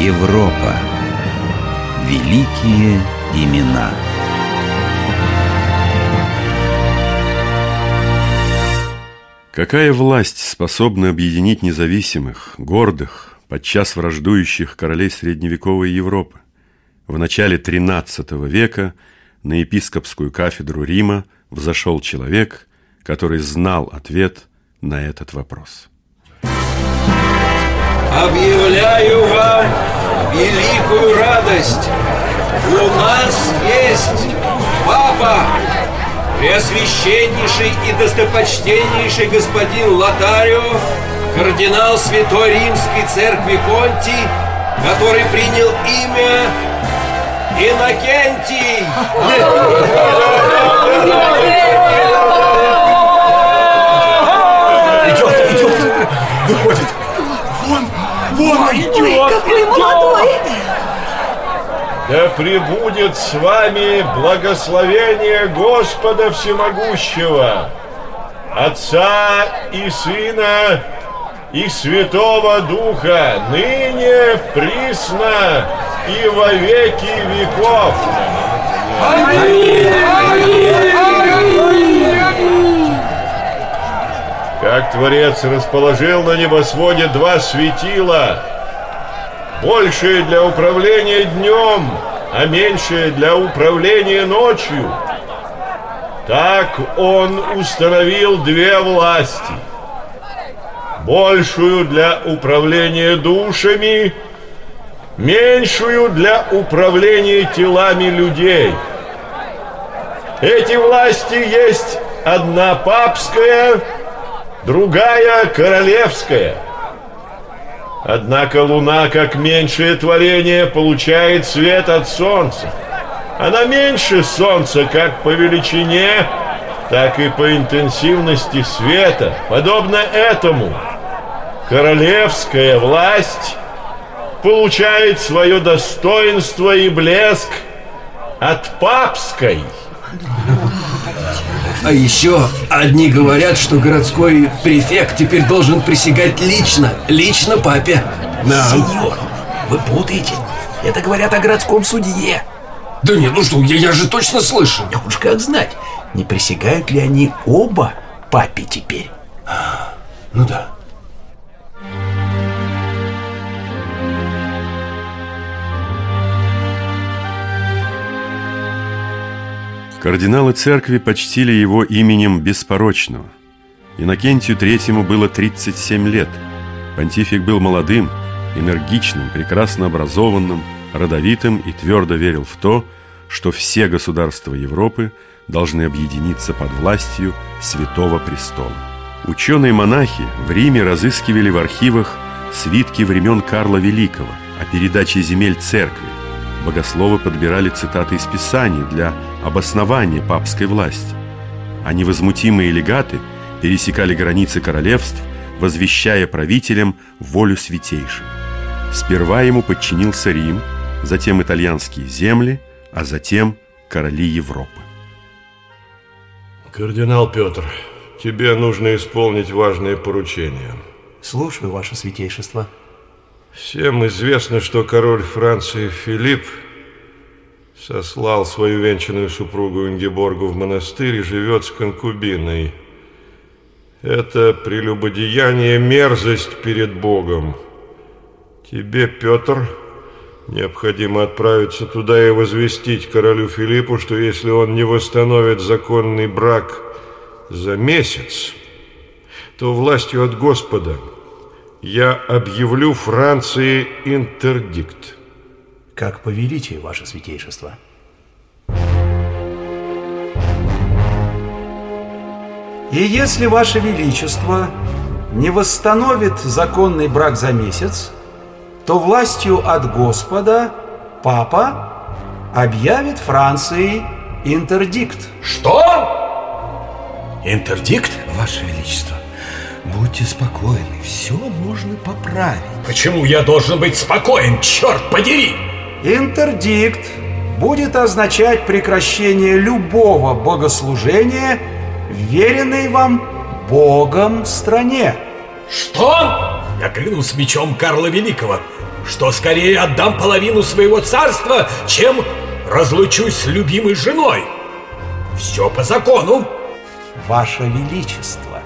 Европа. Великие имена. Какая власть способна объединить независимых, гордых, подчас враждующих королей средневековой Европы? В начале XIII века на епископскую кафедру Рима взошел человек, который знал ответ на этот вопрос. Объявляю вам великую радость! У нас есть Папа! Преосвященнейший и достопочтеннейший господин Лотарио, кардинал Святой Римской Церкви Контий, который принял имя Иннокентий. Идет, выходит. Вон идет. Какой молодой! Да пребудет с вами благословение Господа Всемогущего, Отца и Сына и Святого Духа, ныне, присно и во веки веков. Как Творец расположил на небосводе два светила, большее для управления днем, а меньшее для управления ночью, так Он установил две власти: большую для управления душами, меньшую для управления телами людей. Эти власти есть одна папская, другая королевская. Однако Луна, как меньшее творение, получает свет от Солнца. Она меньше Солнца как по величине, так и по интенсивности света. Подобно этому, королевская власть получает свое достоинство и блеск от папской. А еще одни говорят, что городской префект теперь должен присягать лично папе. Сеньор, вы путаете. Это говорят о городском судье. Да нет, ну что, я же точно слышал. Да уж как знать, не присягают ли они оба папе теперь? Ну да. Кардиналы церкви почтили его именем беспорочного. Иннокентию III было 37 лет. Понтифик был молодым, энергичным, прекрасно образованным, родовитым и твердо верил в то, что все государства Европы должны объединиться под властью Святого Престола. Ученые-монахи в Риме разыскивали в архивах свитки времен Карла Великого о передаче земель церкви. Богословы подбирали цитаты из Писаний для обоснования папской власти, а невозмутимые легаты пересекали границы королевств, возвещая правителям волю святейшего. Сперва ему подчинился Рим, затем итальянские земли, а затем короли Европы. Кардинал Петр, тебе нужно исполнить важное поручение. Слушаю, ваше святейшество. Всем известно, что король Франции Филипп сослал свою венчанную супругу Ингеборгу в монастырь и живет с конкубиной. Это прелюбодеяние, мерзость перед Богом. Тебе, Петр, необходимо отправиться туда и возвестить королю Филиппу, что если он не восстановит законный брак за месяц, то властью от Господа я объявлю Франции интердикт. Как повелите, ваше святейшество. И если ваше величество не восстановит законный брак за месяц, то властью от Господа Папа объявит Франции интердикт. Что? Интердикт? Ваше Величество, будьте спокойны, все можно поправить. Почему я должен быть спокоен, черт подери? Интердикт будет означать прекращение любого богослужения в веренной вам Богом стране. Что? Я клянусь мечом Карла Великого, что скорее отдам половину своего царства, чем разлучусь с любимой женой. Все по закону. Ваше Величество.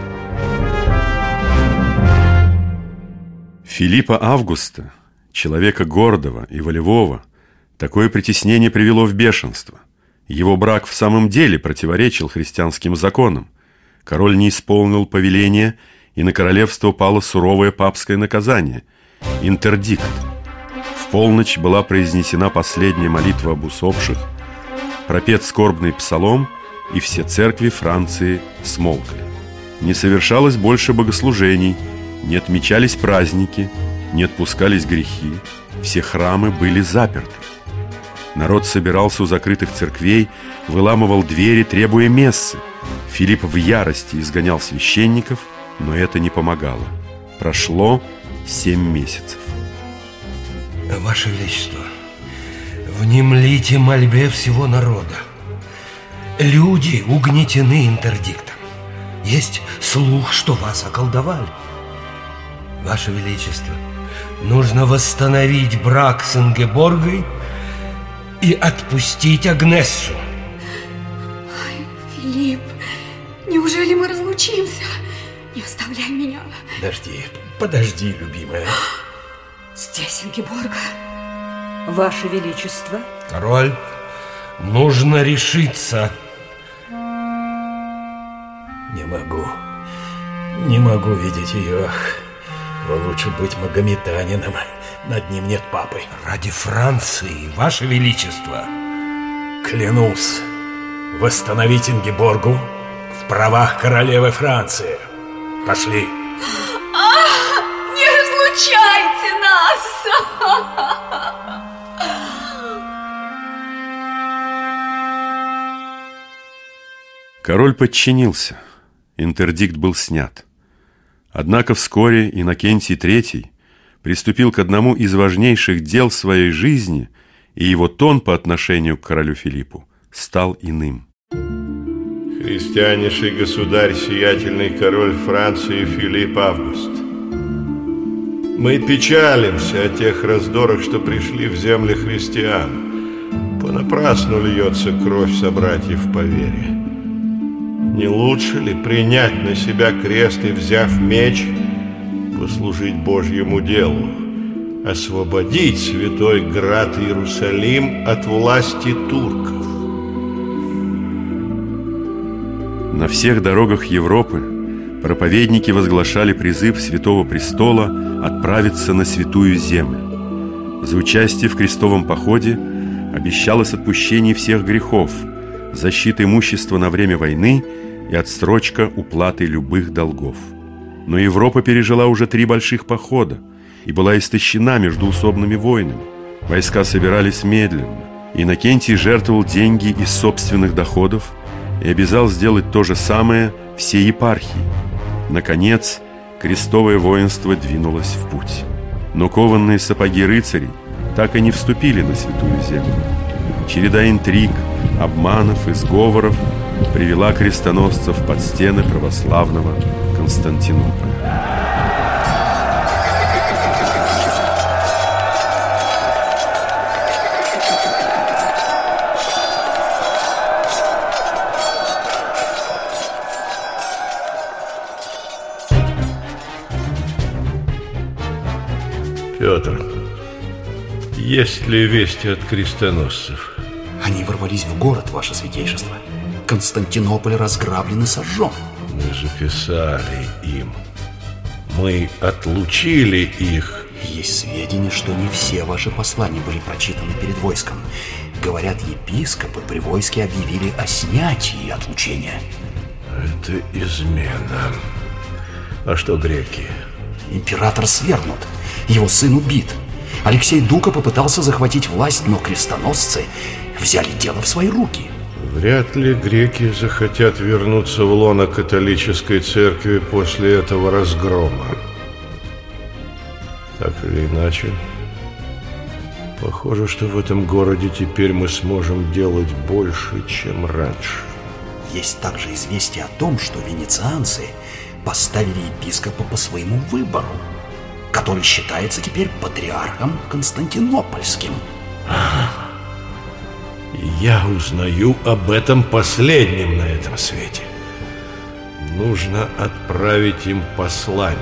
Филиппа Августа, человека гордого и волевого, такое притеснение привело в бешенство. Его брак в самом деле противоречил христианским законам. Король не исполнил повеления, и на королевство пало суровое папское наказание – интердикт. В полночь была произнесена последняя молитва об усопших, пропет скорбный псалом, и все церкви Франции смолкли. Не совершалось больше богослужений, не отмечались праздники, не отпускались грехи, все храмы были заперты. Народ собирался у закрытых церквей, выламывал двери, требуя мессы. Филипп в ярости изгонял священников, но это не помогало. Прошло 7 месяцев. Ваше Величество, внемлите мольбе всего народа. Люди угнетены интердиктом. Есть слух, что вас околдовали. Ваше Величество, нужно восстановить брак с Ингеборгой и отпустить Агнессу. Ай, Филипп, неужели мы разлучимся? Не оставляй меня. Подожди, любимая. Здесь Ингеборга. Ваше Величество. Король, нужно решиться. Не могу видеть ее. Лучше быть магометанином. Над ним нет папы. Ради Франции, Ваше Величество. Клянусь восстановить Ингеборгу в правах королевы Франции. Пошли. Не разлучайте нас! Король подчинился. Интердикт был снят. Однако вскоре Иннокентий III приступил к одному из важнейших дел своей жизни, и его тон по отношению к королю Филиппу стал иным. Христианнейший государь, сиятельный король Франции Филипп Август, мы печалимся о тех раздорах, что пришли в земли христиан. Понапрасну льется кровь собратьев по вере. Не лучше ли принять на себя крест и, взяв меч, послужить Божьему делу, освободить святой град Иерусалим от власти турков? На всех дорогах Европы проповедники возглашали призыв Святого Престола отправиться на Святую Землю. За участие в крестовом походе обещалось отпущение всех грехов, защита имущества на время войны и отсрочка уплаты любых долгов. Но Европа пережила уже 3 больших похода и была истощена междоусобными войнами. Войска собирались медленно. Иннокентий жертвовал деньги из собственных доходов и обязал сделать то же самое всей епархии. Наконец, крестовое воинство двинулось в путь. Но кованные сапоги рыцарей так и не вступили на Святую Землю. Череда интриг, обманов и сговоров привела крестоносцев под стены православного Константинополя. Петр, есть ли вести от крестоносцев? Они ворвались в город, ваше святейшество. Константинополь разграблен и сожжен. Мы записали им. Мы отлучили их. Есть сведения, что не все ваши послания были прочитаны перед войском. Говорят, епископы при войске объявили о снятии отлучения. Это измена. А что греки? Император свергнут. Его сын убит. Алексей Дука попытался захватить власть, но крестоносцы взяли дело в свои руки. Вряд ли греки захотят вернуться в лоно католической церкви после этого разгрома. Так или иначе, похоже, что в этом городе теперь мы сможем делать больше, чем раньше. Есть также известие о том, что венецианцы поставили епископа по своему выбору. который считается теперь патриархом Константинопольским. Я узнаю об этом последнем на этом свете. Нужно отправить им послание.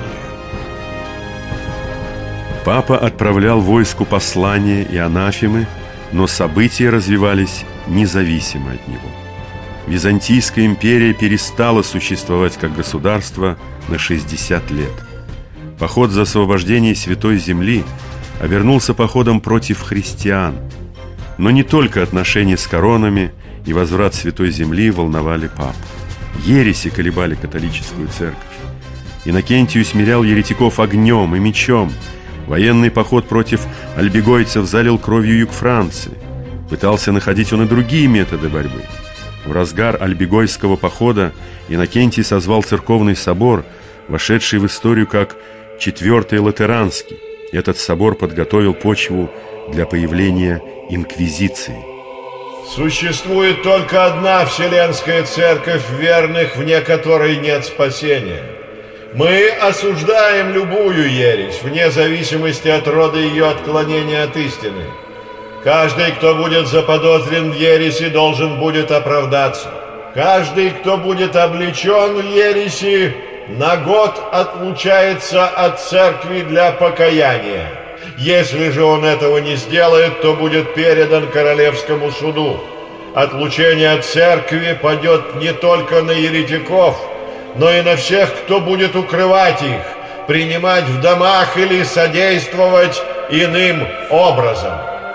Папа отправлял войску послания и анафемы, но события развивались независимо от него. Византийская империя перестала существовать как государство на 60 лет. Поход за освобождение Святой Земли обернулся походом против христиан. Но не только отношения с коронами и возврат Святой Земли волновали папу. Ереси колебали католическую церковь. Иннокентий усмирял еретиков огнем и мечом. Военный поход против альбегойцев залил кровью юг Франции. Пытался находить он и другие методы борьбы. В разгар альбегойского похода Иннокентий созвал церковный собор, вошедший в историю как Четвертый Латеранский. Этот собор подготовил почву для появления инквизиции. Существует только одна Вселенская Церковь верных, вне которой нет спасения. Мы осуждаем любую ересь, вне зависимости от рода ее отклонения от истины. Каждый, кто будет заподозрен в ереси, должен будет оправдаться. Каждый, кто будет облечен в ереси, на год отлучается от церкви для покаяния. Если же он этого не сделает, то будет передан королевскому суду. Отлучение от церкви падет не только на еретиков, но и на всех, кто будет укрывать их, принимать в домах или содействовать иным образом.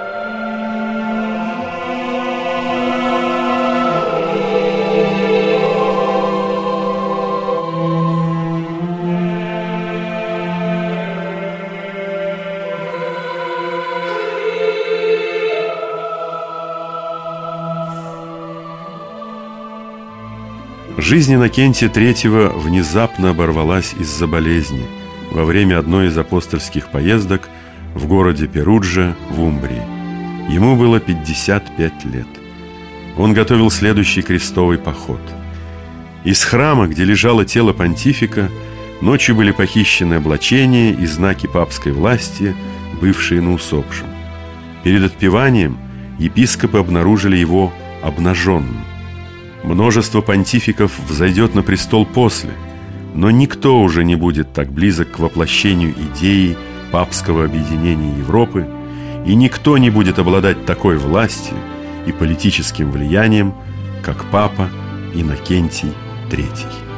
Жизнь Иннокентия III внезапно оборвалась из-за болезни во время одной из апостольских поездок в городе Перуджа в Умбрии. Ему было 55 лет. Он готовил следующий крестовый поход. Из храма, где лежало тело понтифика, ночью были похищены облачения и знаки папской власти, бывшие на усопшем. Перед отпеванием епископы обнаружили его обнаженным. Множество понтификов взойдет на престол после, но никто уже не будет так близок к воплощению идеи папского объединения Европы, и никто не будет обладать такой властью и политическим влиянием, как папа Иннокентий III.